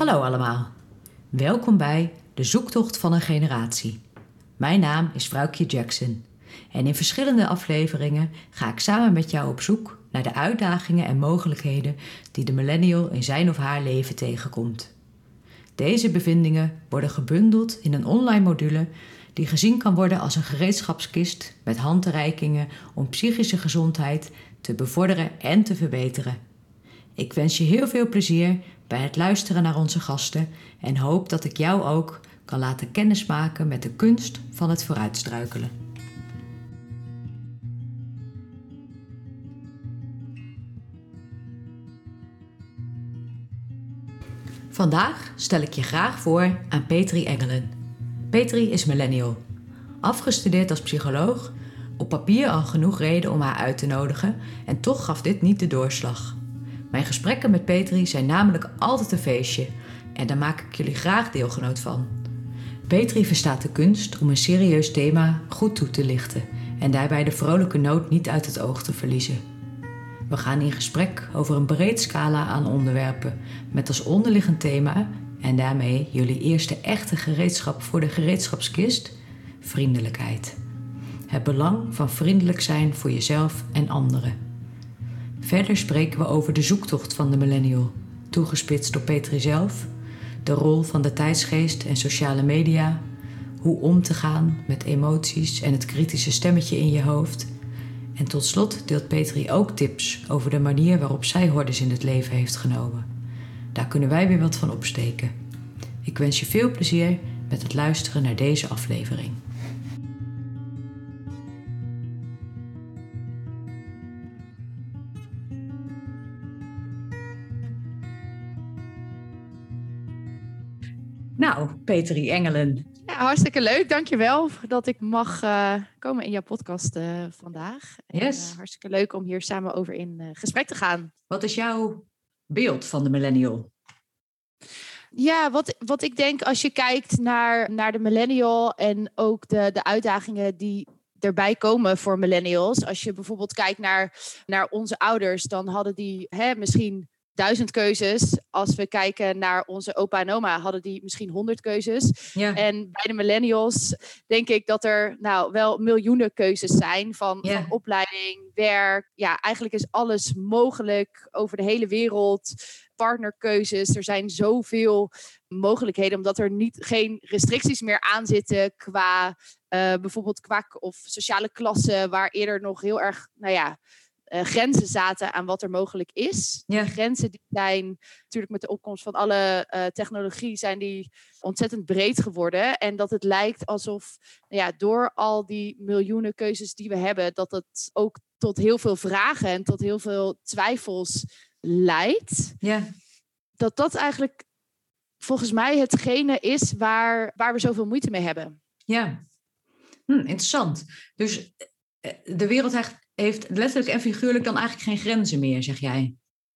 Hallo allemaal. Welkom bij De Zoektocht van een Generatie. Mijn naam is Vrouwtje Jackson. En in verschillende afleveringen ga ik samen met jou op zoek naar de uitdagingen en mogelijkheden die de millennial in zijn of haar leven tegenkomt. Deze bevindingen worden gebundeld in een online module die gezien kan worden als een gereedschapskist met handreikingen om psychische gezondheid te bevorderen en te verbeteren. Ik wens je heel veel plezier bij het luisteren naar onze gasten en hoop dat ik jou ook kan laten kennismaken met de kunst van het vooruitstruikelen. Vandaag stel ik je graag voor aan Petri Engelen. Petri is millennial. Afgestudeerd als psycholoog, op papier al genoeg reden om haar uit te nodigen en toch gaf dit niet de doorslag. Mijn gesprekken met Petri zijn namelijk altijd een feestje en daar maak ik jullie graag deelgenoot van. Petri verstaat de kunst om een serieus thema goed toe te lichten en daarbij de vrolijke noot niet uit het oog te verliezen. We gaan in gesprek over een breed scala aan onderwerpen met als onderliggend thema en daarmee jullie eerste echte gereedschap voor de gereedschapskist: vriendelijkheid. Het belang van vriendelijk zijn voor jezelf en anderen. Verder spreken we over de zoektocht van de millennial, toegespitst door Petri zelf, de rol van de tijdsgeest en sociale media, hoe om te gaan met emoties en het kritische stemmetje in je hoofd. En tot slot deelt Petri ook tips over de manier waarop zij hordes in het leven heeft genomen. Daar kunnen wij weer wat van opsteken. Ik wens je veel plezier met het luisteren naar deze aflevering. Nou, Petri Engelen. Ja, hartstikke leuk. Dankjewel dat ik mag komen in jouw podcast vandaag. Yes. Hartstikke leuk om hier samen over in gesprek te gaan. Wat is jouw beeld van de millennial? Ja, wat ik denk als je kijkt naar de millennial en ook de uitdagingen die erbij komen voor millennials. Als je bijvoorbeeld kijkt naar onze ouders, dan hadden die misschien 1000 keuzes. Als we kijken naar onze opa en oma, hadden die misschien 100 keuzes. Ja. En bij de millennials denk ik dat er wel miljoenen keuzes zijn van opleiding, werk. Ja, eigenlijk is alles mogelijk over de hele wereld. Partnerkeuzes, er zijn zoveel mogelijkheden, omdat er geen restricties meer aan zitten qua bijvoorbeeld qua of sociale klassen, waar eerder nog heel erg, grenzen zaten aan wat er mogelijk is. Ja. Die grenzen die zijn natuurlijk met de opkomst van alle technologie zijn die ontzettend breed geworden. En dat het lijkt alsof door al die miljoenen keuzes die we hebben, dat het ook tot heel veel vragen en tot heel veel twijfels leidt. Ja. Dat eigenlijk volgens mij hetgene is waar we zoveel moeite mee hebben. Ja, interessant. Dus de wereld heeft letterlijk en figuurlijk dan eigenlijk geen grenzen meer, zeg jij?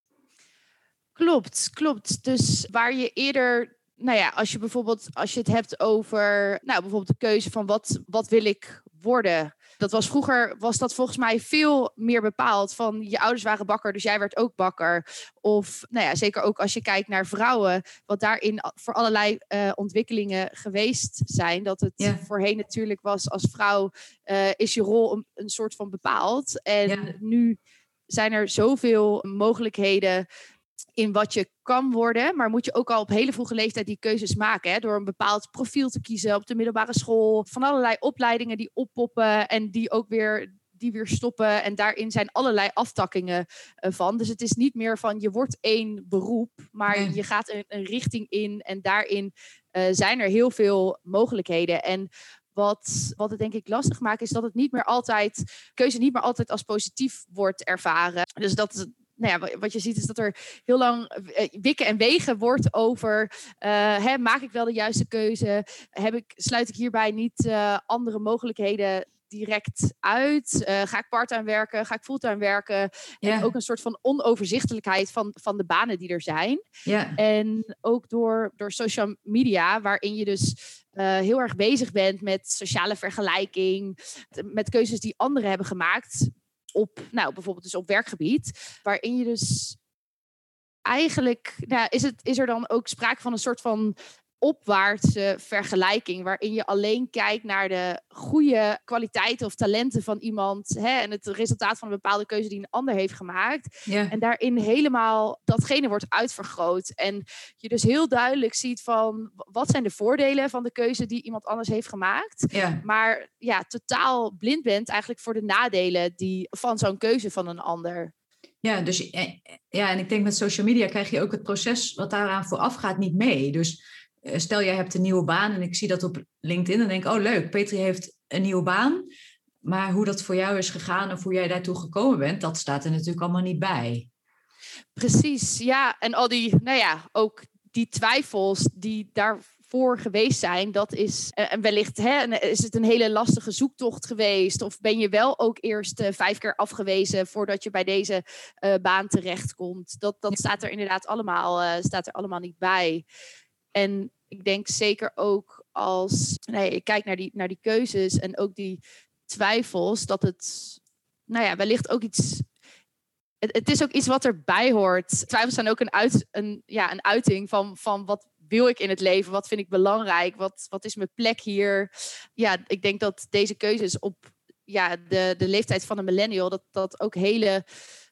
Klopt. Dus waar je eerder, als je het hebt over, bijvoorbeeld de keuze van wat wil ik worden. Vroeger was dat volgens mij veel meer bepaald van je ouders waren bakker, dus jij werd ook bakker. Of zeker ook als je kijkt naar vrouwen, wat daarin voor allerlei ontwikkelingen geweest zijn. Dat het voorheen natuurlijk was als vrouw is je rol een soort van bepaald. En nu zijn er zoveel mogelijkheden in wat je kan worden, maar moet je ook al op hele vroege leeftijd die keuzes maken. Hè? Door een bepaald profiel te kiezen op de middelbare school. Van allerlei opleidingen die oppoppen en die weer stoppen. En daarin zijn allerlei aftakkingen van. Dus het is niet meer van je wordt één beroep, maar je gaat een richting in. En daarin zijn er heel veel mogelijkheden. En wat het denk ik lastig maakt, is dat het keuze niet meer altijd als positief wordt ervaren. Dus dat wat je ziet is dat er heel lang wikken en wegen wordt over maak ik wel de juiste keuze? Sluit ik hierbij niet andere mogelijkheden direct uit? Ga ik parttime werken? Ga ik fulltime werken? En ook een soort van onoverzichtelijkheid van de banen die er zijn. Ja. En ook door social media, waarin je dus heel erg bezig bent met sociale vergelijking, met keuzes die anderen hebben gemaakt op, bijvoorbeeld dus op werkgebied, waarin je dus eigenlijk is er dan ook sprake van een soort van opwaartse vergelijking, waarin je alleen kijkt naar de goede kwaliteiten of talenten van iemand, en het resultaat van een bepaalde keuze die een ander heeft gemaakt. Ja. En daarin helemaal datgene wordt uitvergroot. En je dus heel duidelijk ziet van wat zijn de voordelen van de keuze die iemand anders heeft gemaakt. Ja. Maar totaal blind bent eigenlijk voor de nadelen van zo'n keuze van een ander. Ja, dus en ik denk met social media krijg je ook het proces wat daaraan vooraf gaat niet mee. Dus stel jij hebt een nieuwe baan en ik zie dat op LinkedIn en denk, oh leuk, Petri heeft een nieuwe baan. Maar hoe dat voor jou is gegaan of hoe jij daartoe gekomen bent, dat staat er natuurlijk allemaal niet bij. Precies, ja. En al die, ook die twijfels die daarvoor geweest zijn, dat is en wellicht is het een hele lastige zoektocht geweest. Of ben je wel ook eerst 5 keer afgewezen voordat je bij deze baan terechtkomt. Dat staat er inderdaad allemaal niet bij. En ik denk zeker ook als ik kijk naar die keuzes en ook die twijfels, dat het wellicht ook iets. Het is ook iets wat erbij hoort. Twijfels zijn ook een uiting van wat wil ik in het leven? Wat vind ik belangrijk? Wat is mijn plek hier? Ja, ik denk dat deze keuzes op de leeftijd van een millennial, dat ook hele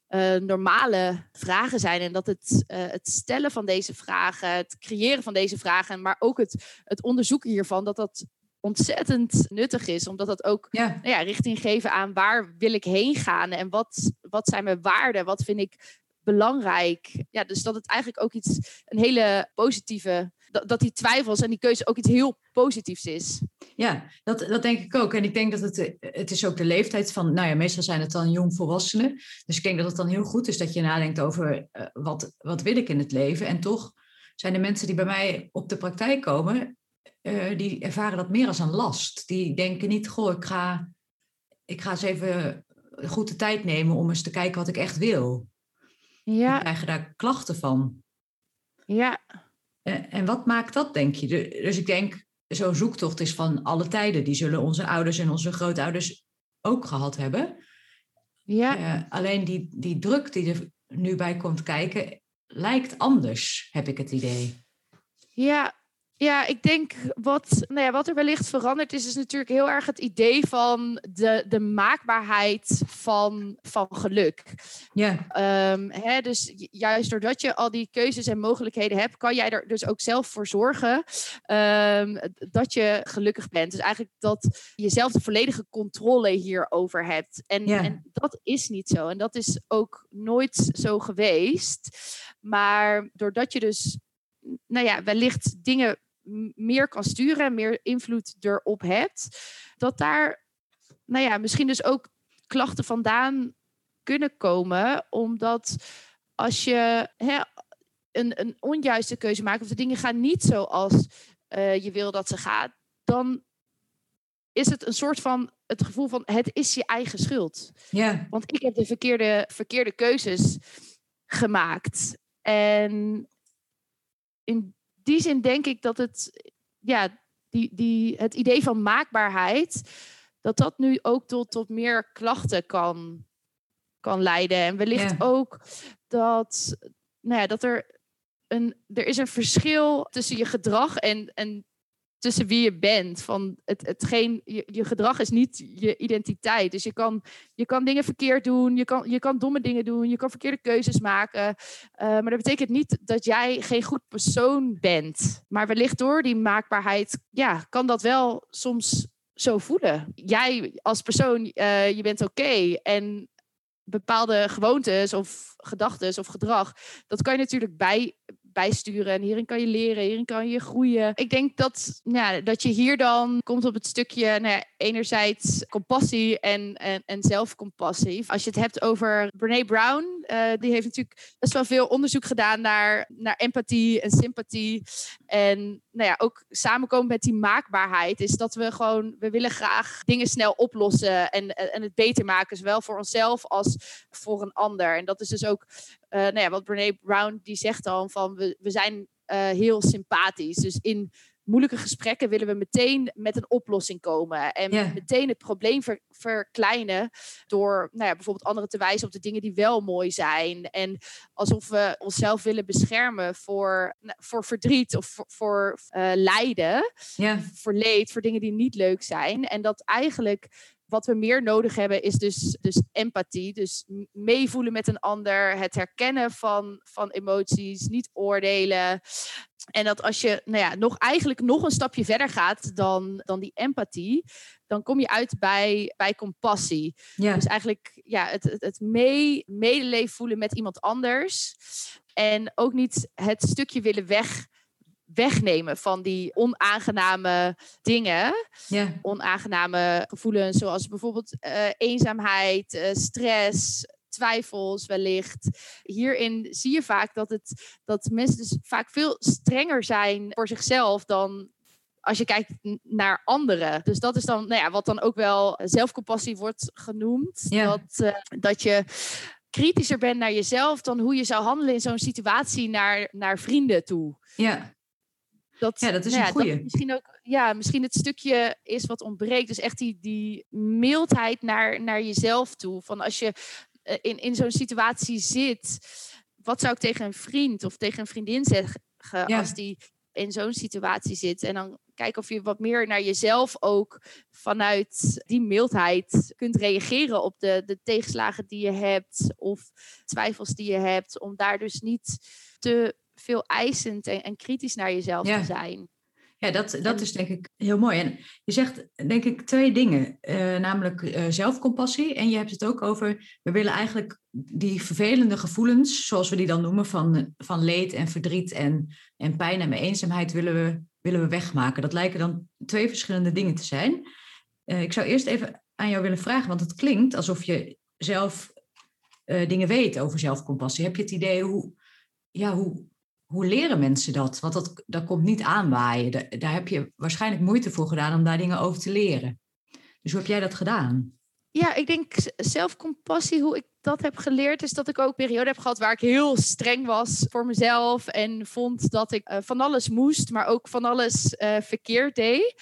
normale vragen zijn. En dat het stellen van deze vragen, het creëren van deze vragen, maar ook het onderzoeken hiervan, dat ontzettend nuttig is. Omdat dat ook richting geven aan waar wil ik heen gaan en wat zijn mijn waarden, wat vind ik belangrijk. Ja, dus dat het eigenlijk ook een hele positieve, dat die twijfels en die keuze ook iets heel positiefs is. Ja, dat denk ik ook. En ik denk dat het is ook de leeftijd van, meestal zijn het dan jongvolwassenen. Dus ik denk dat het dan heel goed is dat je nadenkt over wat wil ik in het leven. En toch zijn de mensen die bij mij op de praktijk komen, die ervaren dat meer als een last. Die denken niet, ik ga eens even goed de tijd nemen om eens te kijken wat ik echt wil. Ja. Die krijgen daar klachten van. Ja. En wat maakt dat, denk je? Dus ik denk, zo'n zoektocht is van alle tijden. Die zullen onze ouders en onze grootouders ook gehad hebben. Ja. Alleen die druk die er nu bij komt kijken, lijkt anders, heb ik het idee. Ja, ik denk wat er wellicht veranderd is natuurlijk heel erg het idee van de maakbaarheid van geluk. Ja. Dus juist doordat je al die keuzes en mogelijkheden hebt, kan jij er dus ook zelf voor zorgen dat je gelukkig bent. Dus eigenlijk dat je zelf de volledige controle hierover hebt. En dat is niet zo. En dat is ook nooit zo geweest. Maar doordat je dus wellicht dingen meer kan sturen en meer invloed erop hebt, dat daar misschien dus ook klachten vandaan kunnen komen, omdat als je een onjuiste keuze maakt of de dingen gaan niet zoals je wil dat ze gaan, dan is het een soort van het gevoel van het is je eigen schuld. Ja. Want ik heb de verkeerde keuzes gemaakt. En in die zin denk ik dat het idee van maakbaarheid, dat nu ook tot meer klachten kan leiden. En wellicht ook dat er is een verschil tussen je gedrag en tussen wie je bent. Van je gedrag is niet je identiteit. Dus je kan dingen verkeerd doen. Je kan domme dingen doen. Je kan verkeerde keuzes maken. Maar dat betekent niet dat jij geen goed persoon bent. Maar wellicht door die maakbaarheid kan dat wel soms zo voelen. Jij als persoon, je bent oké. En bepaalde gewoontes of gedachten of gedrag, dat kan je natuurlijk bijsturen. En hierin kan je leren, hierin kan je groeien. Ik denk dat je hier dan komt op het stukje enerzijds compassie en zelfcompassie. Als je het hebt over Brené Brown, die heeft natuurlijk best wel veel onderzoek gedaan naar empathie en sympathie. En ook samenkomen met die maakbaarheid is dat we willen graag dingen snel oplossen en het beter maken, zowel voor onszelf als voor een ander. En dat is dus ook wat Brené Brown die zegt dan van we zijn heel sympathisch. Dus in moeilijke gesprekken willen we meteen met een oplossing komen. En meteen het probleem verkleinen door bijvoorbeeld anderen te wijzen op de dingen die wel mooi zijn. En alsof we onszelf willen beschermen voor verdriet of voor lijden. Voor leed, voor dingen die niet leuk zijn. En dat eigenlijk wat we meer nodig hebben is dus empathie. Dus meevoelen met een ander. Het herkennen van emoties. Niet oordelen. En dat als je nog een stapje verder gaat dan die empathie, dan kom je uit bij compassie. Ja. Dus eigenlijk het medeleven voelen met iemand anders. En ook niet het stukje willen wegnemen van die onaangename dingen. Yeah. Onaangename gevoelens zoals bijvoorbeeld eenzaamheid, stress, twijfels wellicht. Hierin zie je vaak dat mensen dus vaak veel strenger zijn voor zichzelf dan als je kijkt naar anderen. Dus dat is dan wat dan ook wel zelfcompassie wordt genoemd. Yeah. Dat je kritischer bent naar jezelf dan hoe je zou handelen in zo'n situatie naar vrienden toe. Ja. Dat is een goeie. Dat misschien het stukje is wat ontbreekt. Dus echt die mildheid naar jezelf toe. Van als je in zo'n situatie zit, wat zou ik tegen een vriend of tegen een vriendin zeggen als die in zo'n situatie zit? En dan kijken of je wat meer naar jezelf ook vanuit die mildheid kunt reageren op de tegenslagen die je hebt of twijfels die je hebt. Om daar dus niet te veel eisend en kritisch naar jezelf te zijn. Ja, dat is denk ik heel mooi. En je zegt denk ik 2 dingen. Namelijk zelfcompassie. En je hebt het ook over, we willen eigenlijk die vervelende gevoelens, zoals we die dan noemen, van leed en verdriet en pijn en eenzaamheid willen we wegmaken. Dat lijken dan 2 verschillende dingen te zijn. Ik zou eerst even aan jou willen vragen, want het klinkt alsof je zelf dingen weet over zelfcompassie. Heb je het idee hoe leren mensen dat? Want dat komt niet aanwaaien. Daar heb je waarschijnlijk moeite voor gedaan om daar dingen over te leren. Dus hoe heb jij dat gedaan? Ja, ik denk zelfcompassie, hoe ik dat heb geleerd, is dat ik ook een periode heb gehad waar ik heel streng was voor mezelf en vond dat ik van alles moest, maar ook van alles verkeerd deed.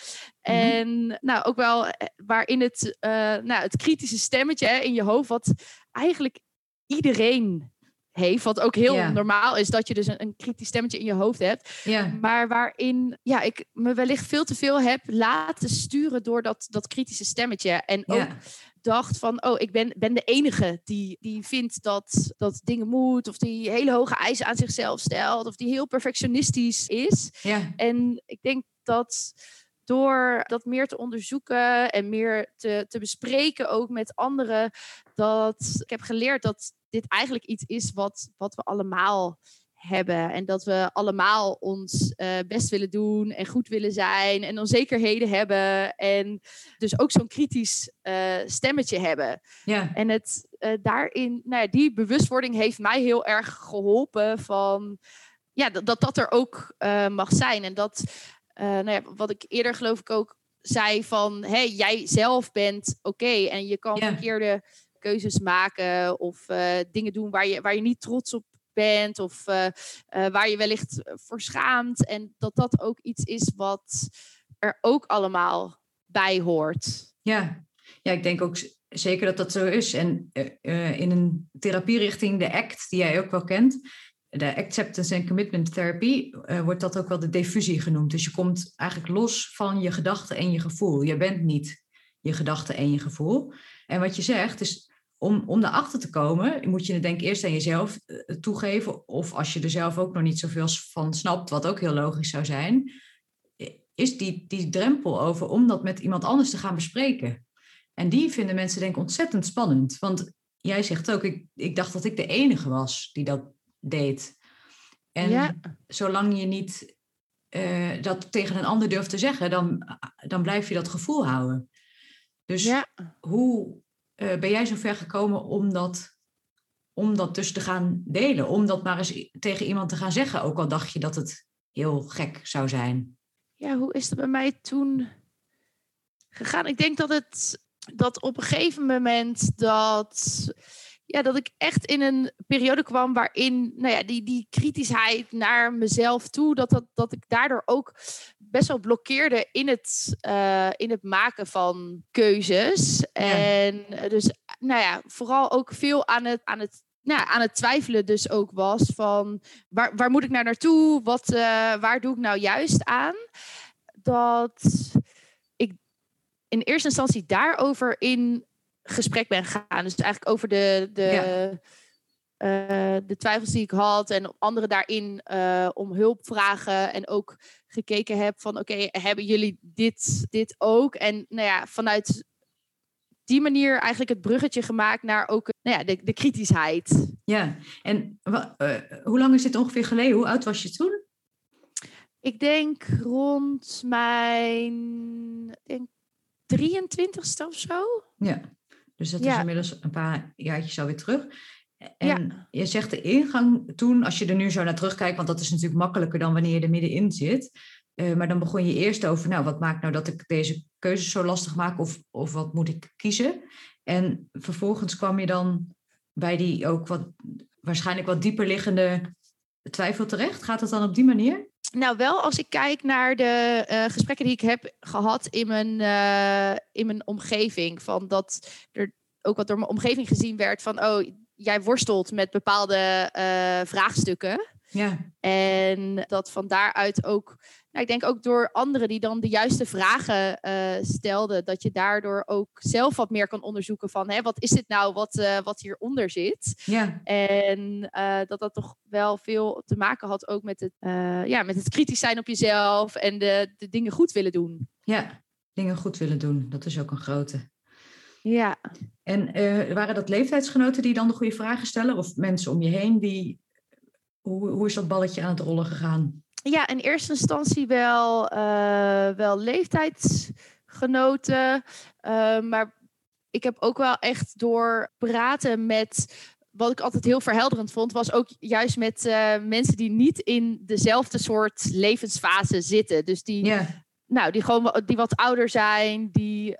En ook wel waarin het kritische stemmetje in je hoofd, wat eigenlijk iedereen heeft, wat ook heel normaal is, dat je dus een kritisch stemmetje in je hoofd hebt. Maar waarin ik me wellicht veel te veel heb laten sturen door dat kritische stemmetje. En ook dacht van, ik ben de enige die vindt dat dingen moet, of die hele hoge eisen aan zichzelf stelt, of die heel perfectionistisch is. En ik denk dat door dat meer te onderzoeken en meer te bespreken ook met anderen, dat ik heb geleerd dat dit eigenlijk iets is wat we allemaal hebben. En dat we allemaal ons best willen doen en goed willen zijn en onzekerheden hebben. En dus ook zo'n kritisch stemmetje hebben. En het daarin, die bewustwording heeft mij heel erg geholpen van dat er ook mag zijn. En dat wat ik eerder geloof ik ook zei van, jij zelf bent oké en je kan verkeerde keuzes maken of dingen doen waar je niet trots op bent of waar je wellicht voor schaamt. En dat ook iets is wat er ook allemaal bij hoort. Ja, ik denk ook zeker dat zo is. En in een therapierichting, de ACT, die jij ook wel kent, de Acceptance and Commitment Therapy, wordt dat ook wel de diffusie genoemd. Dus je komt eigenlijk los van je gedachten en je gevoel. Je bent niet je gedachten en je gevoel. En wat je zegt is, om daarachter te komen, moet je het denk ik eerst aan jezelf toegeven. Of als je er zelf ook nog niet zoveel van snapt, wat ook heel logisch zou zijn, is die drempel over om dat met iemand anders te gaan bespreken. En die vinden mensen denk ik ontzettend spannend. Want jij zegt ook, ik dacht dat ik de enige was die dat deed. En zolang je niet dat tegen een ander durft te zeggen, dan blijf je dat gevoel houden. Dus hoe ben jij zo ver gekomen om dat dus te gaan delen? Om dat maar eens tegen iemand te gaan zeggen, ook al dacht je dat het heel gek zou zijn. Ja, hoe is het bij mij toen gegaan? Ik denk dat op een gegeven moment dat ik echt in een periode kwam waarin die kritischheid naar mezelf toe, dat ik daardoor ook best wel blokkeerde in het maken van keuzes. Ja. En dus, vooral ook veel aan het twijfelen dus ook was van waar moet ik nou naartoe? Waar doe ik nou juist aan? Dat ik in eerste instantie daarover in gesprek ben gegaan. Dus eigenlijk over de twijfels die ik had en anderen daarin om hulp vragen en ook gekeken heb van oké, hebben jullie dit ook? En vanuit die manier eigenlijk het bruggetje gemaakt naar ook de kritischheid. Ja, en hoe lang is dit ongeveer geleden? Hoe oud was je toen? Ik denk rond mijn 23ste of zo. Ja, dus dat is inmiddels een paar jaartjes alweer terug. En je zegt de ingang toen, als je er nu zo naar terugkijkt, want dat is natuurlijk makkelijker dan wanneer je er middenin zit. Maar dan begon je eerst over, wat maakt nou dat ik deze keuzes zo lastig maak of wat moet ik kiezen? En vervolgens kwam je dan bij die ook waarschijnlijk wat dieper liggende twijfel terecht. Gaat het dan op die manier? Nou, wel als ik kijk naar de gesprekken die ik heb gehad in mijn omgeving. Van dat er ook wat door mijn omgeving gezien werd van jij worstelt met bepaalde vraagstukken. Ja. En dat van daaruit ook, ik denk ook door anderen die dan de juiste vragen stelden, dat je daardoor ook zelf wat meer kan onderzoeken van wat is dit nou wat hieronder zit. Ja. En dat toch wel veel te maken had ook met het kritisch zijn op jezelf en de dingen goed willen doen. Ja, dingen goed willen doen. Dat is ook een grote. Ja. En waren dat leeftijdsgenoten die dan de goede vragen stellen? Of mensen om je heen? Hoe is dat balletje aan het rollen gegaan? Ja, in eerste instantie wel leeftijdsgenoten. Maar ik heb ook wel echt door praten met... Wat ik altijd heel verhelderend vond, was ook juist met mensen die niet in dezelfde soort levensfase zitten. Dus die wat ouder zijn, die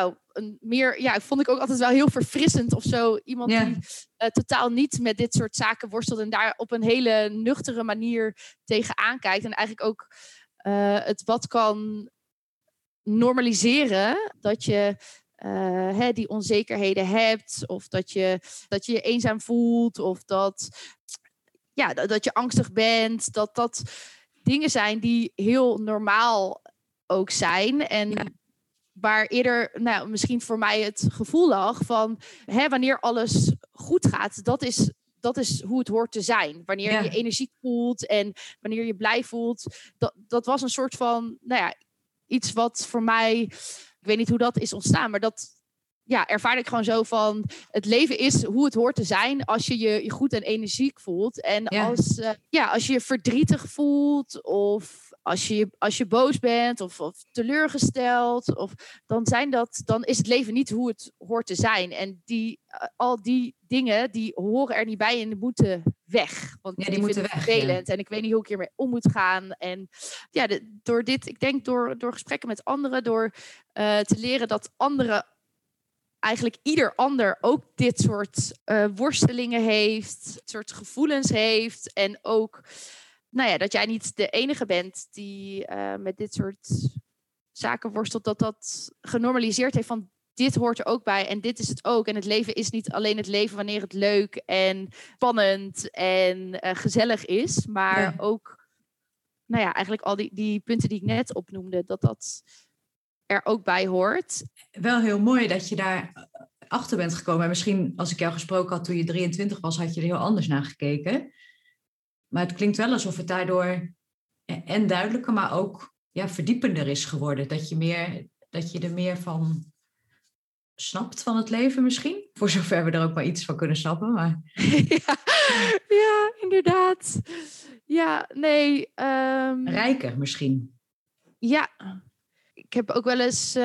vond ik ook altijd wel heel verfrissend of zo. Iemand die totaal niet met dit soort zaken worstelt en daar op een hele nuchtere manier tegenaan kijkt. En eigenlijk ook het wat kan normaliseren dat je die onzekerheden hebt, of dat je je eenzaam voelt, of dat je angstig bent. Dat dingen zijn die heel normaal ook zijn. En waar eerder misschien voor mij het gevoel lag van wanneer alles goed gaat, dat is hoe het hoort te zijn. Wanneer je energiek voelt en wanneer je blij voelt. Dat was een soort van iets wat voor mij, ik weet niet hoe dat is ontstaan, maar dat ervaar ik gewoon zo van het leven is hoe het hoort te zijn als je je goed en energiek voelt. En als je je verdrietig voelt of als je boos bent of teleurgesteld, dan is het leven niet hoe het hoort te zijn. En al die dingen die horen er niet bij en die moeten weg. Want die moeten vind ik weg, vervelend en ik weet niet hoe ik hiermee om moet gaan. En door dit, ik denk door gesprekken met anderen, door te leren dat anderen, eigenlijk ieder ander ook dit soort worstelingen heeft, dit soort gevoelens heeft. En ook dat jij niet de enige bent die met dit soort zaken worstelt, dat genormaliseerd heeft van dit hoort er ook bij en dit is het ook. En het leven is niet alleen het leven wanneer het leuk en spannend en gezellig is, maar ook eigenlijk al die punten die ik net opnoemde, dat er ook bij hoort. Wel heel mooi dat je daar achter bent gekomen. En misschien als ik jou gesproken had toen je 23 was, had je er heel anders naar gekeken. Maar het klinkt wel alsof het daardoor en duidelijker, maar ook verdiepender is geworden. Dat je er meer van snapt van het leven misschien. Voor zover we er ook maar iets van kunnen snappen. Maar... ja, inderdaad. Ja, nee. Rijker misschien. Ja. Ik heb ook wel eens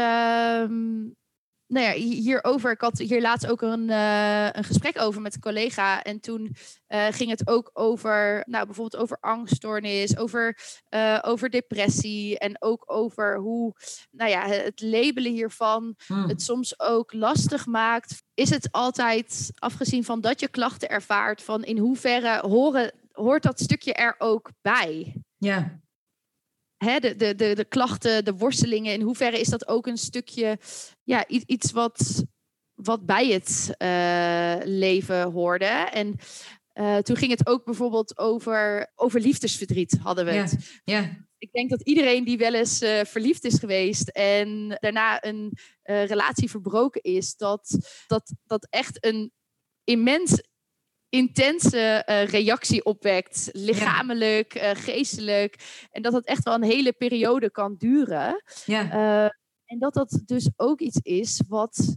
hierover, ik had hier laatst ook een gesprek over met een collega. En toen ging het ook over, bijvoorbeeld over angststoornis, over depressie. En ook over hoe, het labelen hiervan het soms ook lastig maakt. Is het altijd, afgezien van dat je klachten ervaart, van in hoeverre hoort dat stukje er ook bij? Ja. de klachten, de worstelingen, in hoeverre is dat ook een stukje iets wat bij het leven hoorde. En toen ging het ook bijvoorbeeld over liefdesverdriet, hadden we het. Ja. Ik denk dat iedereen die wel eens verliefd is geweest en daarna een relatie verbroken is, dat echt een immens intense reactie opwekt. Lichamelijk, geestelijk. En dat echt wel een hele periode kan duren. Ja. En dat dus ook iets is wat...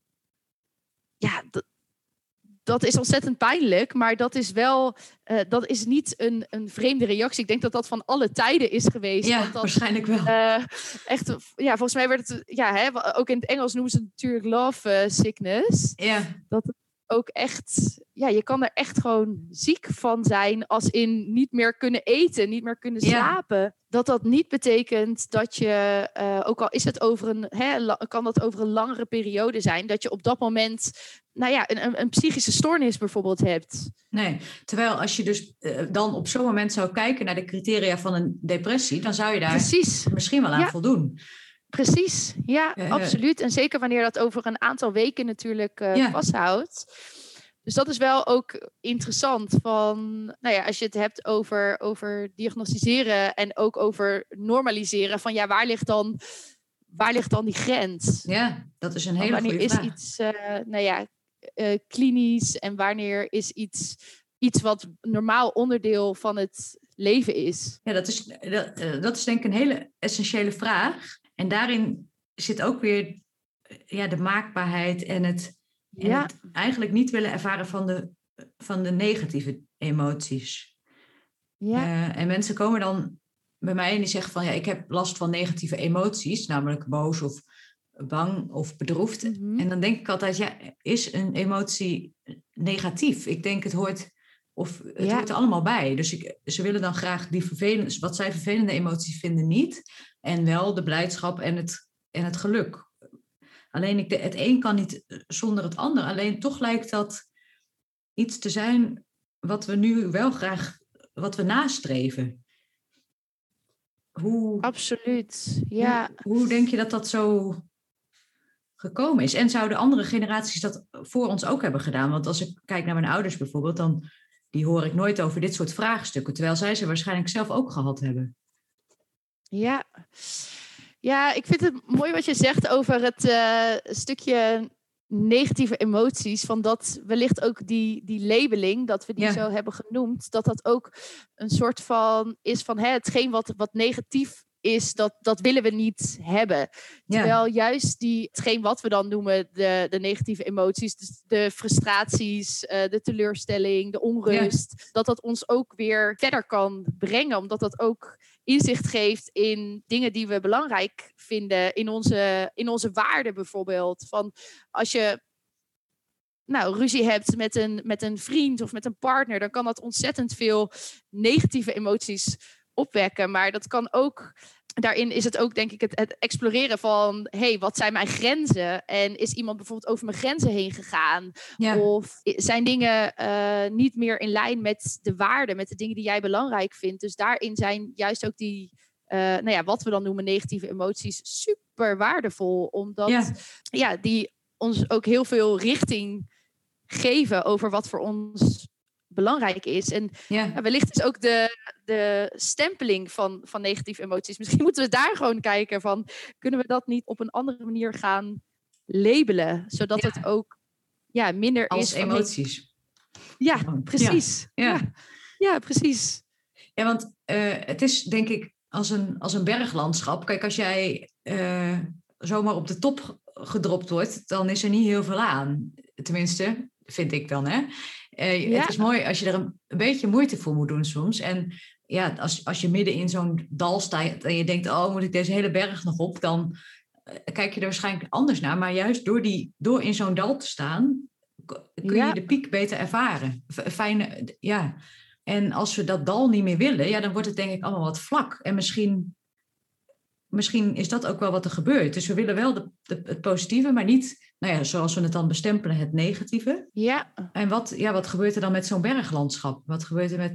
Ja, dat is ontzettend pijnlijk, maar dat is wel... dat is niet een vreemde reactie. Ik denk dat dat van alle tijden is geweest. Ja, dat, waarschijnlijk wel. Echt, volgens mij werd het... ook in het Engels noemen ze het natuurlijk love sickness. Ja. Dat het ook echt... je kan er echt gewoon ziek van zijn, als in niet meer kunnen eten, niet meer kunnen slapen. Ja. Dat niet betekent dat je, ook al is het kan dat over een langere periode zijn, dat je op dat moment een psychische stoornis bijvoorbeeld hebt. Nee, terwijl als je dus dan op zo'n moment zou kijken naar de criteria van een depressie, dan zou je daar misschien wel aan voldoen. Precies, absoluut. En zeker wanneer dat over een aantal weken natuurlijk vasthoudt. Dus dat is wel ook interessant van, als je het hebt over diagnosticeren en ook over normaliseren van waar ligt dan die grens? Ja, dat is een hele goede vraag. Wanneer is iets klinisch en wanneer is iets wat normaal onderdeel van het leven is? Ja, dat is denk ik een hele essentiële vraag. En daarin zit ook weer de maakbaarheid en het eigenlijk niet willen ervaren van de negatieve emoties. Ja. En mensen komen dan bij mij en die zeggen van ik heb last van negatieve emoties, namelijk boos of bang of bedroefd. Mm-hmm. En dan denk ik altijd, is een emotie negatief? Ik denk het hoort er allemaal bij. Dus ze willen dan graag wat zij vervelende emoties vinden niet. En wel de blijdschap en het geluk. Alleen het een kan niet zonder het ander. Alleen toch lijkt dat iets te zijn wat we nu wel graag, wat we nastreven. Absoluut, ja. Hoe denk je dat zo gekomen is? En zouden andere generaties dat voor ons ook hebben gedaan? Want als ik kijk naar mijn ouders bijvoorbeeld, dan die hoor ik nooit over dit soort vraagstukken. Terwijl zij ze waarschijnlijk zelf ook gehad hebben. Ja. Ja, ik vind het mooi wat je zegt over het stukje negatieve emoties. Van dat wellicht ook die labeling, dat we die zo hebben genoemd. Dat ook een soort van is van hetgeen wat negatief is, dat willen we niet hebben. Terwijl juist hetgeen wat we dan noemen de negatieve emoties, dus de frustraties, de teleurstelling, de onrust, dat ons ook weer verder kan brengen. Omdat dat ook inzicht geeft in dingen die we belangrijk vinden, in onze waarden bijvoorbeeld. Van als je ruzie hebt met een vriend of met een partner, dan kan dat ontzettend veel negatieve emoties opwekken. Maar dat kan ook, daarin is het ook denk ik het exploreren van, wat zijn mijn grenzen? En is iemand bijvoorbeeld over mijn grenzen heen gegaan? Ja. Of zijn dingen niet meer in lijn met de waarden, met de dingen die jij belangrijk vindt? Dus daarin zijn juist ook die, wat we dan noemen negatieve emoties, super waardevol. Omdat die ons ook heel veel richting geven over wat voor ons belangrijk is. En wellicht is ook de stempeling van negatieve emoties. Misschien moeten we daar gewoon kijken van, kunnen we dat niet op een andere manier gaan labelen, zodat het ook minder als is van emoties. Ja, precies. Ja, precies. Ja, want het is denk ik als een berglandschap. Kijk, als jij zomaar op de top gedropt wordt, dan is er niet heel veel aan. Tenminste, vind ik dan, hè. Het is mooi als je er een beetje moeite voor moet doen soms. En als je midden in zo'n dal staat en je denkt, moet ik deze hele berg nog op? Dan kijk je er waarschijnlijk anders naar. Maar juist door in zo'n dal te staan, kun je de piek beter ervaren. En als we dat dal niet meer willen, dan wordt het denk ik allemaal wat vlak. En misschien is dat ook wel wat er gebeurt. Dus we willen wel het positieve, maar niet, zoals we het dan bestempelen, het negatieve. Ja. En wat gebeurt er dan met zo'n berglandschap? Wat gebeurt er met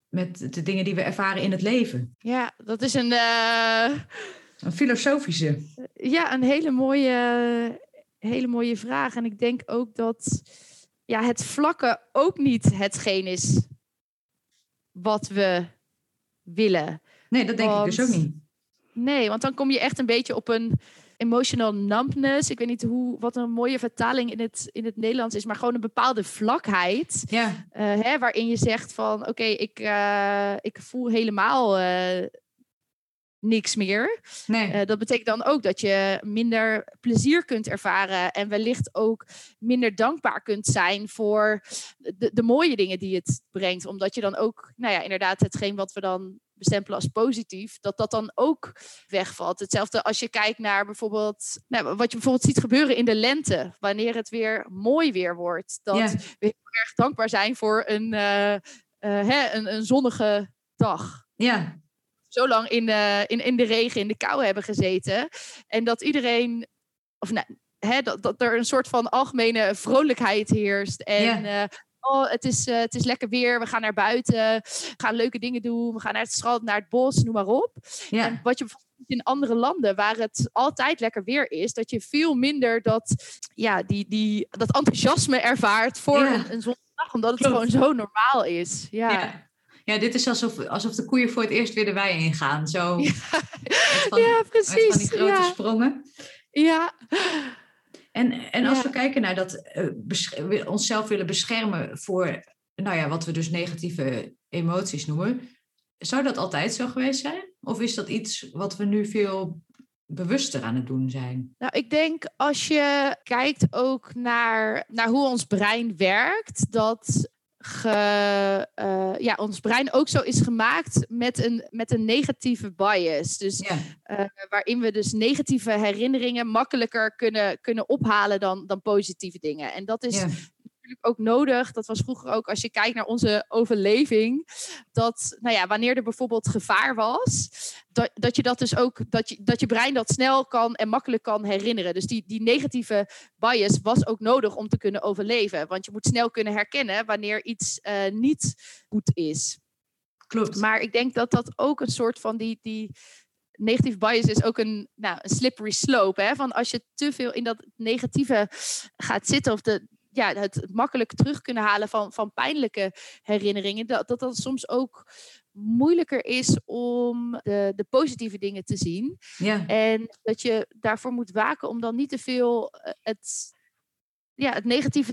met de dingen die we ervaren in het leven. Ja, dat is een filosofische. Ja, een hele mooie vraag. En ik denk ook dat het vlakke ook niet hetgeen is wat we willen. Nee, dat denk ik dus ook niet. Nee, want dan kom je echt een beetje op een emotional numbness. Ik weet niet wat een mooie vertaling in het Nederlands is, maar gewoon een bepaalde vlakheid. Ja. Waarin je zegt van oké, ik voel helemaal niks meer. Nee. Dat betekent dan ook dat je minder plezier kunt ervaren en wellicht ook minder dankbaar kunt zijn voor de mooie dingen die het brengt. Omdat je dan ook, inderdaad hetgeen wat we dan bestempelen als positief, dat dan ook wegvalt. Hetzelfde als je kijkt naar bijvoorbeeld, wat je bijvoorbeeld ziet gebeuren in de lente, wanneer het weer mooi weer wordt. Dat we heel erg dankbaar zijn voor een zonnige dag. Ja. Zo lang in de regen, in de kou hebben gezeten. En dat iedereen, dat er een soort van algemene vrolijkheid heerst. En het is lekker weer, we gaan naar buiten, we gaan leuke dingen doen, we gaan naar het strand, naar het bos, noem maar op. Ja. En wat je bijvoorbeeld in andere landen, waar het altijd lekker weer is, dat je veel minder dat enthousiasme ervaart voor een zondag, omdat het gewoon zo normaal is. Ja. Ja, dit is alsof de koeien voor het eerst weer de wei ingaan. Zo. Precies. Met van die grote sprongen. Ja. En als we kijken naar dat onszelf willen beschermen voor wat we dus negatieve emoties noemen. Zou dat altijd zo geweest zijn? Of is dat iets wat we nu veel bewuster aan het doen zijn? Nou, ik denk als je kijkt ook naar hoe ons brein werkt, dat ons brein ook zo is gemaakt met een negatieve bias. Dus waarin we dus negatieve herinneringen makkelijker kunnen ophalen dan positieve dingen. En dat is natuurlijk ook nodig. Dat was vroeger ook als je kijkt naar onze overleving. Dat wanneer er bijvoorbeeld gevaar was, dat je dat dus ook, dat je brein dat snel kan en makkelijk kan herinneren. Dus die negatieve bias was ook nodig om te kunnen overleven. Want je moet snel kunnen herkennen wanneer iets niet goed is. Klopt. Maar ik denk dat ook een soort van die negatieve bias is ook een slippery slope. Hè? Van als je te veel in dat negatieve gaat zitten of het makkelijk terug kunnen halen van pijnlijke herinneringen, dat soms ook moeilijker is om de positieve dingen te zien. Ja. En dat je daarvoor moet waken om dan niet te veel het negatieve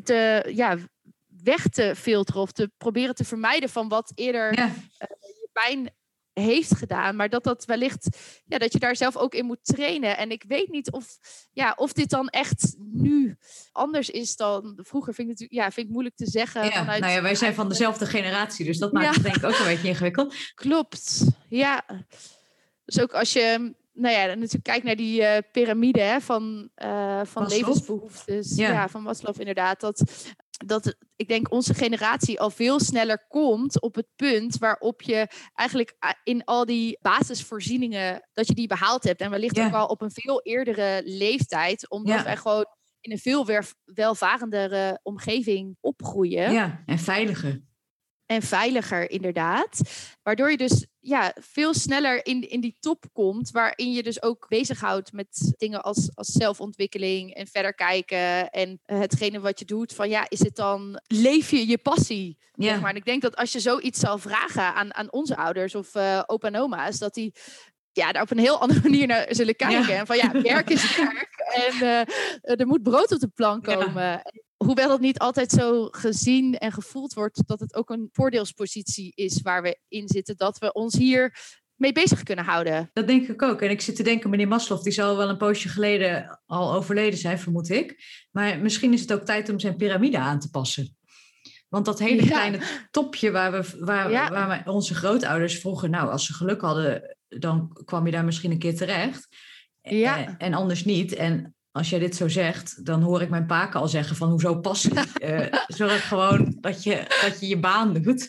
weg te filteren of te proberen te vermijden van wat eerder je pijn heeft gedaan, maar dat wellicht dat je daar zelf ook in moet trainen. En ik weet niet of dit dan echt nu anders is dan vroeger. Vind ik moeilijk te zeggen. Wij zijn van dezelfde generatie, dus dat maakt het denk ik ook een beetje ingewikkeld. Klopt, ja. Dus ook als je natuurlijk kijkt naar die piramide van levensbehoeftes. Van Maslow inderdaad. Dat ik denk onze generatie al veel sneller komt op het punt waarop je eigenlijk in al die basisvoorzieningen, dat je die behaald hebt. En wellicht ook al op een veel eerdere leeftijd. Omdat wij gewoon in een veel welvarendere omgeving opgroeien. Ja, en veiliger. En veiliger, inderdaad. Waardoor je dus veel sneller in die top komt. Waarin je dus ook bezighoudt met dingen als zelfontwikkeling. En verder kijken. En hetgene wat je doet. Van is het dan, leef je je passie? Ja. Zeg maar. En ik denk dat als je zoiets zal vragen aan onze ouders of opa en oma's. Dat die daar op een heel andere manier naar zullen kijken. Ja. En van werk is werk. En er moet brood op de plank komen. Ja. Hoewel dat niet altijd zo gezien en gevoeld wordt, dat het ook een voordeelspositie is waar we in zitten, dat we ons hier mee bezig kunnen houden. Dat denk ik ook. En ik zit te denken, meneer Maslow, die zal wel een poosje geleden al overleden zijn, vermoed ik. Maar misschien is het ook tijd om zijn piramide aan te passen. Want dat hele kleine topje waar onze grootouders vroeger, als ze geluk hadden, dan kwam je daar misschien een keer terecht. Ja. En anders niet. En als jij dit zo zegt, dan hoor ik mijn paken al zeggen van hoezo passie. Zorg gewoon dat je baan doet.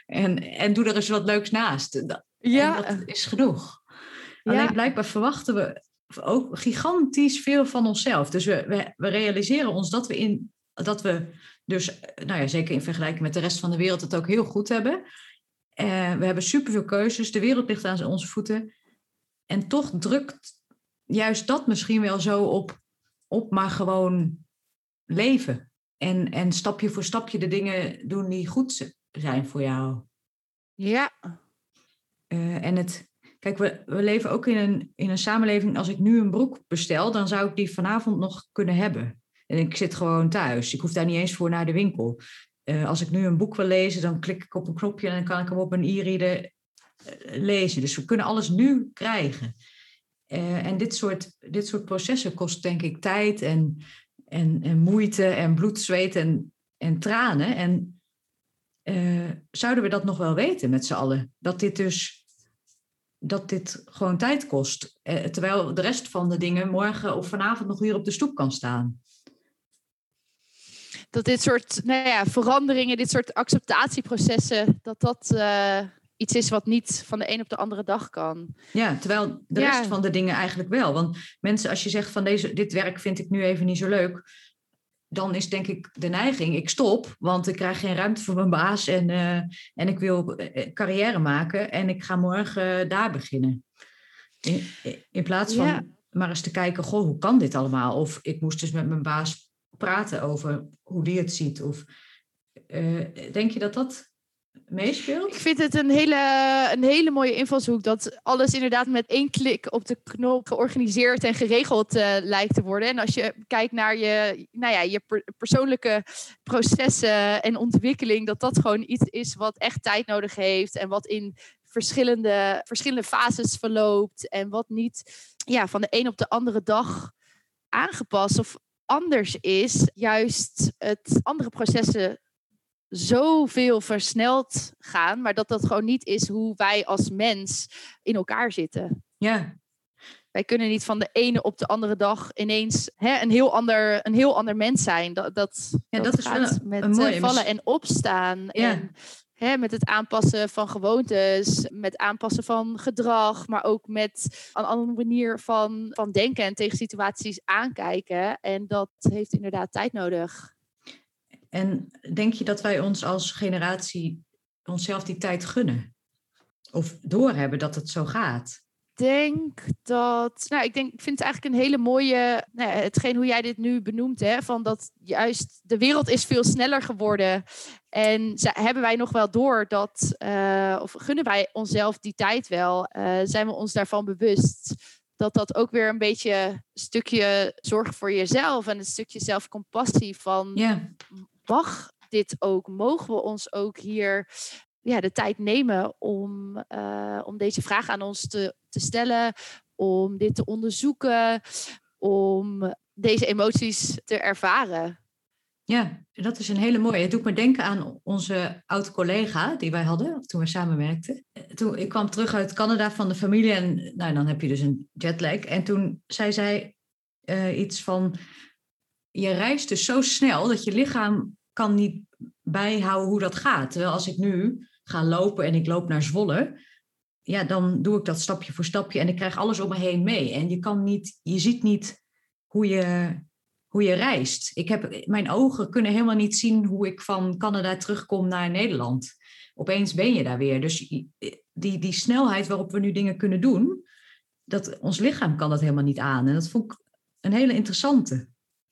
En doe er eens wat leuks naast. En dat is genoeg. Alleen blijkbaar verwachten we ook gigantisch veel van onszelf. Dus we realiseren ons dat we dus, zeker in vergelijking met de rest van de wereld, het ook heel goed hebben. We hebben superveel keuzes. De wereld ligt aan onze voeten. En toch drukt juist dat misschien wel zo op maar gewoon leven. En stapje voor stapje de dingen doen die goed zijn voor jou. Ja. Kijk, we leven ook in een samenleving. Als ik nu een broek bestel, dan zou ik die vanavond nog kunnen hebben. En ik zit gewoon thuis. Ik hoef daar niet eens voor naar de winkel. Als ik nu een boek wil lezen, dan klik ik op een knopje en dan kan ik hem op een e-reader lezen. Dus we kunnen alles nu krijgen. En dit soort processen kost denk ik tijd en moeite en bloed, zweet en tranen. En zouden we dat nog wel weten met z'n allen? Dat dit gewoon tijd kost. Terwijl de rest van de dingen morgen of vanavond nog weer op de stoep kan staan. Dat dit soort veranderingen, dit soort acceptatieprocessen, dat iets is wat niet van de een op de andere dag kan. Ja, terwijl de rest van de dingen eigenlijk wel. Want mensen, als je zegt van dit werk vind ik nu even niet zo leuk, dan is denk ik de neiging, ik stop, want ik krijg geen ruimte voor mijn baas en ik wil carrière maken en ik ga morgen daar beginnen. In plaats van maar eens te kijken, goh, hoe kan dit allemaal? Of ik moest dus met mijn baas praten over hoe die het ziet. Of denk je dat meespeelt? Ik vind het een hele mooie invalshoek. Dat alles inderdaad met 1 klik op de knop georganiseerd en geregeld lijkt te worden. En als je kijkt naar je persoonlijke processen en ontwikkeling, dat gewoon iets is wat echt tijd nodig heeft. En wat in verschillende fases verloopt. En wat niet van de een op de andere dag aangepast of anders is. Juist het andere processen zoveel versneld gaan, maar dat gewoon niet is hoe wij als mens in elkaar zitten. Ja. Wij kunnen niet van de ene op de andere dag ineens een heel ander mens zijn. Dat is gaat met een mooie, vallen en opstaan. Ja. En met het aanpassen van gewoontes, met aanpassen van gedrag, maar ook met een andere manier van denken en tegen situaties aankijken. En dat heeft inderdaad tijd nodig. En denk je dat wij ons als generatie onszelf die tijd gunnen? Of doorhebben dat het zo gaat? Ik vind het eigenlijk een hele mooie, hetgeen hoe jij dit nu benoemt, van dat juist de wereld is veel sneller geworden. En hebben wij nog wel door dat, of gunnen wij onszelf die tijd wel? Zijn we ons daarvan bewust? Dat ook weer een beetje een stukje zorg voor jezelf en een stukje zelfcompassie van, mag dit ook? Mogen we ons ook hier de tijd nemen om deze vraag aan ons te stellen, om dit te onderzoeken, om deze emoties te ervaren? Ja, dat is een hele mooie. Het doet me denken aan onze oud-collega die wij hadden toen we samenwerkten. Ik kwam terug uit Canada van de familie en dan heb je dus een jetlag. En toen zei zij iets van, je reist dus zo snel dat je lichaam kan niet bijhouden hoe dat gaat. Terwijl als ik nu ga lopen en ik loop naar Zwolle, dan doe ik dat stapje voor stapje en ik krijg alles om me heen mee. En je ziet niet hoe je reist. Mijn ogen kunnen helemaal niet zien hoe ik van Canada terugkom naar Nederland. Opeens ben je daar weer. Dus die snelheid waarop we nu dingen kunnen doen, ons lichaam kan dat helemaal niet aan. En dat vond ik een hele interessante.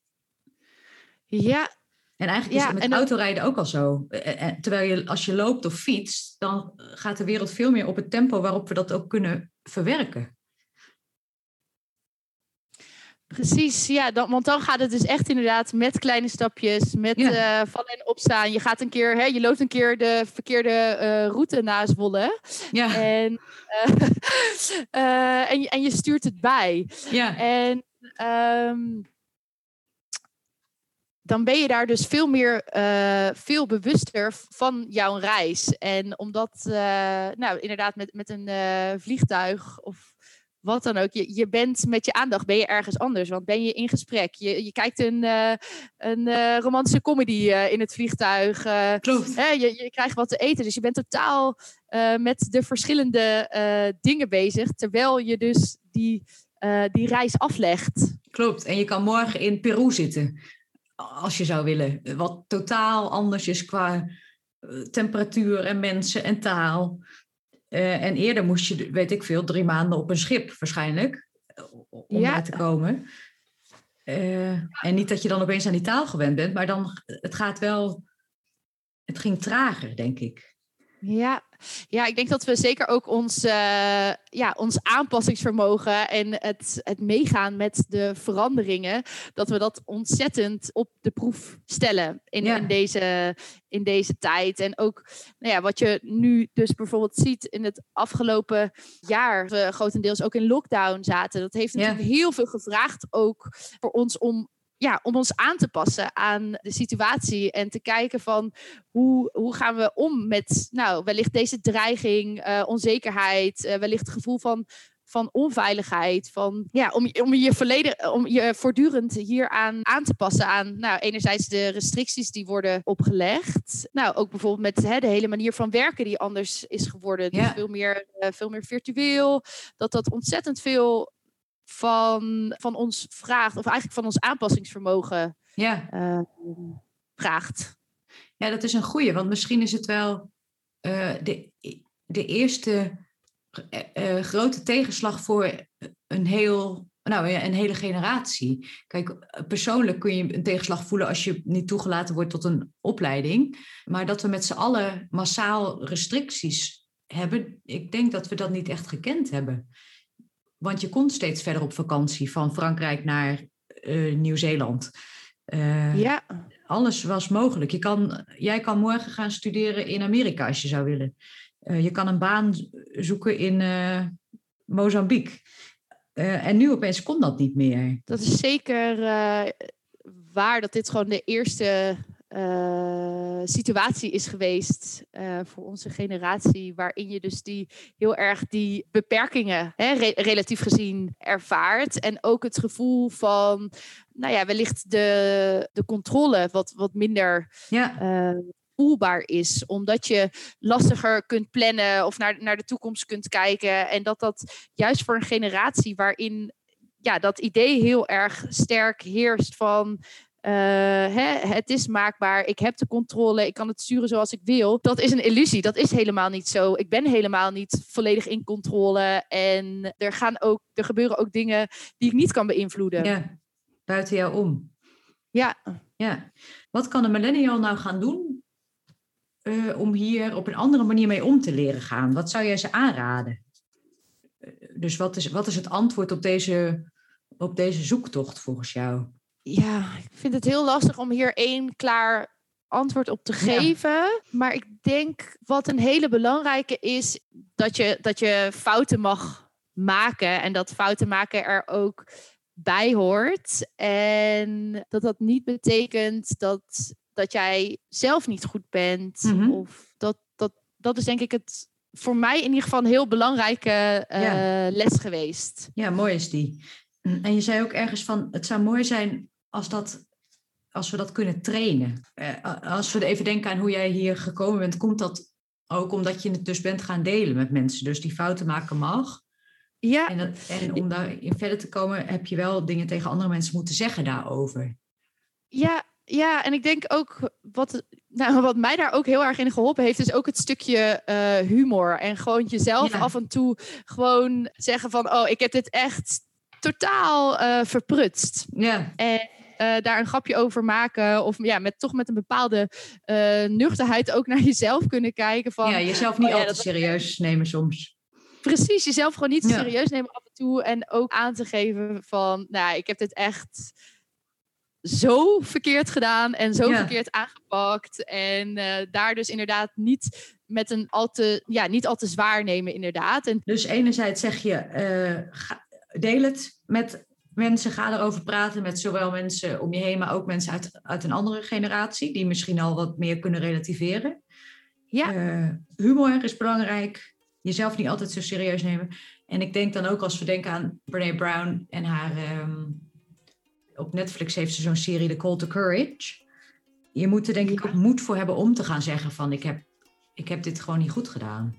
Ja. En eigenlijk is het met autorijden ook al zo. Terwijl als je loopt of fietst, dan gaat de wereld veel meer op het tempo waarop we dat ook kunnen verwerken. Precies, want dan gaat het dus echt inderdaad met kleine stapjes, met vallen en opstaan. Je gaat je loopt een keer de verkeerde route naar Zwolle. Ja. En je stuurt het bij. Ja. En dan ben je daar dus veel bewuster van jouw reis. En omdat, inderdaad met een vliegtuig of wat dan ook, je bent met je aandacht, ben je ergens anders. Want ben je in gesprek, je kijkt een romantische comedy in het vliegtuig. Klopt. Je krijgt wat te eten, dus je bent totaal met de verschillende dingen bezig. Terwijl je dus die reis aflegt. Klopt, en je kan morgen in Peru zitten. Als je zou willen. Wat totaal anders is qua temperatuur en mensen en taal. En eerder moest je, weet ik veel, 3 maanden op een schip waarschijnlijk. Om daar te komen. En niet dat je dan opeens aan die taal gewend bent. Maar dan, het ging trager, denk ik. Ja, ik denk dat we zeker ook ons aanpassingsvermogen en het meegaan met de veranderingen, dat we dat ontzettend op de proef stellen in deze tijd. En ook wat je nu dus bijvoorbeeld ziet in het afgelopen jaar, we grotendeels ook in lockdown zaten. Dat heeft natuurlijk heel veel gevraagd ook voor ons om ons aan te passen aan de situatie en te kijken van hoe gaan we om met wellicht deze dreiging, onzekerheid, wellicht het gevoel van onveiligheid, om je voortdurend hier aan te passen aan enerzijds de restricties die worden opgelegd. Ook bijvoorbeeld met de hele manier van werken die anders is geworden. Dus veel meer virtueel. Dat ontzettend veel van ons vraagt, of eigenlijk van ons aanpassingsvermogen vraagt. Ja, dat is een goeie, want misschien is het wel de eerste grote tegenslag voor een hele generatie. Kijk, persoonlijk kun je een tegenslag voelen als je niet toegelaten wordt tot een opleiding, maar dat we met z'n allen massaal restricties hebben, ik denk dat we dat niet echt gekend hebben. Want je kon steeds verder op vakantie, van Frankrijk naar Nieuw-Zeeland. Alles was mogelijk. Jij kan morgen gaan studeren in Amerika als je zou willen. Je kan een baan zoeken in Mozambique. En nu opeens kon dat niet meer. Dat is zeker waar dat dit gewoon de eerste situatie is geweest voor onze generatie, waarin je dus heel erg die beperkingen relatief gezien ervaart. En ook het gevoel van, wellicht de controle wat minder voelbaar is, omdat je lastiger kunt plannen of naar de toekomst kunt kijken. En dat juist voor een generatie waarin dat idee heel erg sterk heerst van het is maakbaar, ik heb de controle, ik kan het sturen zoals ik wil. Dat is een illusie, dat is helemaal niet zo. Ik ben helemaal niet volledig in controle en er gebeuren ook dingen die ik niet kan beïnvloeden. Ja, buiten jou om. Ja. Wat kan een millennial nou gaan doen om hier op een andere manier mee om te leren gaan? Wat zou jij ze aanraden? Dus wat is het antwoord op deze zoektocht volgens jou? Ja, ik vind het heel lastig om hier één klaar antwoord op te geven. Ja. Maar ik denk wat een hele belangrijke is, dat je fouten mag maken. En dat fouten maken er ook bij hoort. En dat niet betekent dat jij zelf niet goed bent. Mm-hmm. Of dat is denk ik het voor mij in ieder geval een heel belangrijke les geweest. Ja, mooi is die. En je zei ook ergens van, het zou mooi zijn als we dat kunnen trainen. Als we even denken aan hoe jij hier gekomen bent, komt dat ook omdat je het dus bent gaan delen met mensen. Dus die fouten maken mag. Ja. En om daarin verder te komen, heb je wel dingen tegen andere mensen moeten zeggen daarover. Ja, en ik denk ook wat mij daar ook heel erg in geholpen heeft, is ook het stukje humor. En gewoon jezelf af en toe gewoon zeggen van, ik heb dit echt totaal verprutst. Ja. En daar een grapje over maken. Of met een bepaalde nuchterheid ook naar jezelf kunnen kijken. Van, jezelf niet altijd serieus nemen soms. Precies, jezelf gewoon niet serieus nemen af en toe. En ook aan te geven van, ik heb dit echt zo verkeerd gedaan en zo verkeerd aangepakt. En daar dus inderdaad niet met een niet al te zwaar nemen inderdaad. En dus enerzijds zeg je, deel het met mensen, ga erover praten met zowel mensen om je heen, maar ook mensen uit een andere generatie, die misschien al wat meer kunnen relativeren. Ja. Humor is belangrijk. Jezelf niet altijd zo serieus nemen. En ik denk dan ook, als we denken aan Brené Brown en haar... op Netflix heeft ze zo'n serie, The Call to Courage. Je moet er denk ik ook moed voor hebben om te gaan zeggen van, ik heb dit gewoon niet goed gedaan.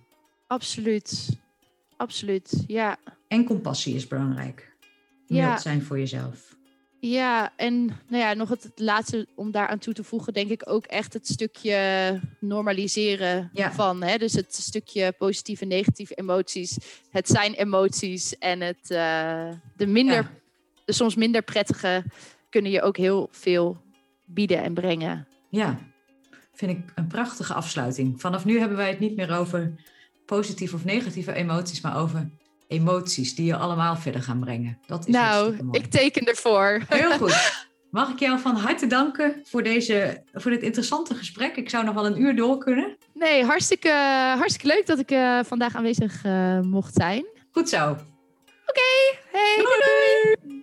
Absoluut, ja. En compassie is belangrijk. Mild zijn voor jezelf. Ja, en nou ja, nog het laatste om daaraan toe te voegen, denk ik ook echt het stukje normaliseren van. Hè? Dus het stukje positieve en negatieve emoties. Het zijn emoties en de soms minder prettige kunnen je ook heel veel bieden en brengen. Ja, vind ik een prachtige afsluiting. Vanaf nu hebben wij het niet meer over positieve of negatieve emoties, maar over emoties die je allemaal verder gaan brengen. Dat is hartstikke mooi. Ik teken ervoor. Heel goed. Mag ik jou van harte danken voor dit interessante gesprek. Ik zou nog wel een uur door kunnen. Nee, hartstikke leuk dat ik vandaag aanwezig mocht zijn. Goed zo. Oké, hey, doei.